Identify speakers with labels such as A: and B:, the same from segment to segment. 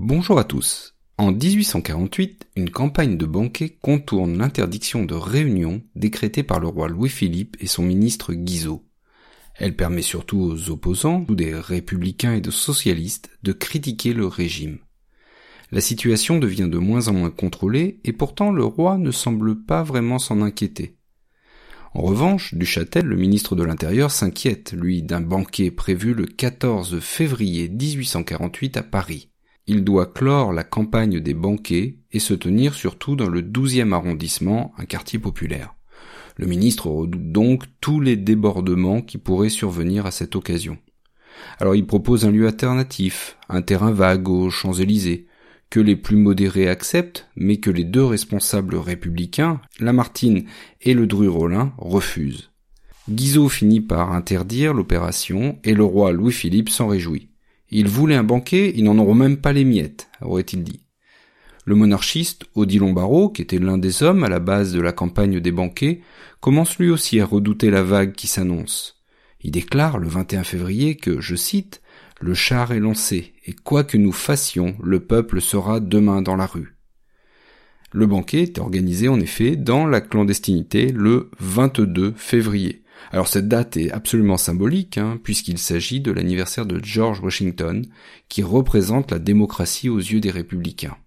A: Bonjour à tous. En 1848, une campagne de banquet contourne l'interdiction de réunion décrétée par le roi Louis-Philippe et son ministre Guizot. Elle permet surtout aux opposants, des républicains et de socialistes, de critiquer le régime. La situation devient de moins en moins contrôlée et pourtant le roi ne semble pas vraiment s'en inquiéter. En revanche, Duchâtel, le ministre de l'Intérieur, s'inquiète, lui, d'un banquet prévu le 14 février 1848 à Paris. Il doit clore la campagne des banquets et se tenir surtout dans le 12e arrondissement, un quartier populaire. Le ministre redoute donc tous les débordements qui pourraient survenir à cette occasion. Alors il propose un lieu alternatif, un terrain vague aux Champs-Élysées, que les plus modérés acceptent, mais que les deux responsables républicains, Lamartine et Le Dru-Rollin, refusent. Guizot finit par interdire l'opération et le roi Louis-Philippe s'en réjouit. Ils voulaient un banquet, ils n'en auront même pas les miettes, aurait-il dit. Le monarchiste Odilon Barrot, qui était l'un des hommes à la base de la campagne des banquets, commence lui aussi à redouter la vague qui s'annonce. Il déclare le 21 février que, je cite, « Le char est lancé, et quoi que nous fassions, le peuple sera demain dans la rue. » Le banquet est organisé en effet dans la clandestinité le 22 février. Alors cette date est absolument symbolique, puisqu'il s'agit de l'anniversaire de George Washington, qui représente la démocratie aux yeux des républicains.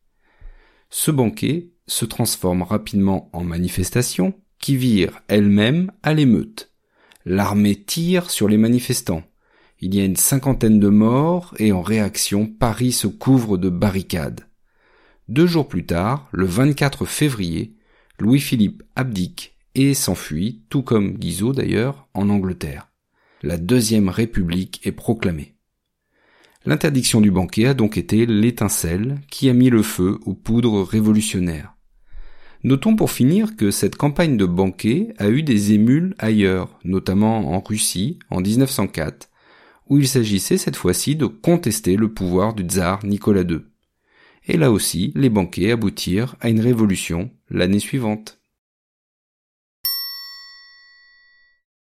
A: Ce banquet se transforme rapidement en manifestation, qui vire elle-même à l'émeute. L'armée tire sur les manifestants. Il y a une 50aine de morts et en réaction, Paris se couvre de barricades. 2 jours plus tard, le 24 février, Louis-Philippe abdique et s'enfuit, tout comme Guizot d'ailleurs, en Angleterre. La Deuxième République est proclamée. L'interdiction du banquet a donc été l'étincelle qui a mis le feu aux poudres révolutionnaires. Notons pour finir que cette campagne de banquet a eu des émules ailleurs, notamment en Russie en 1904, où il s'agissait cette fois-ci de contester le pouvoir du tsar Nicolas II. Et là aussi, les banquets aboutirent à une révolution l'année suivante.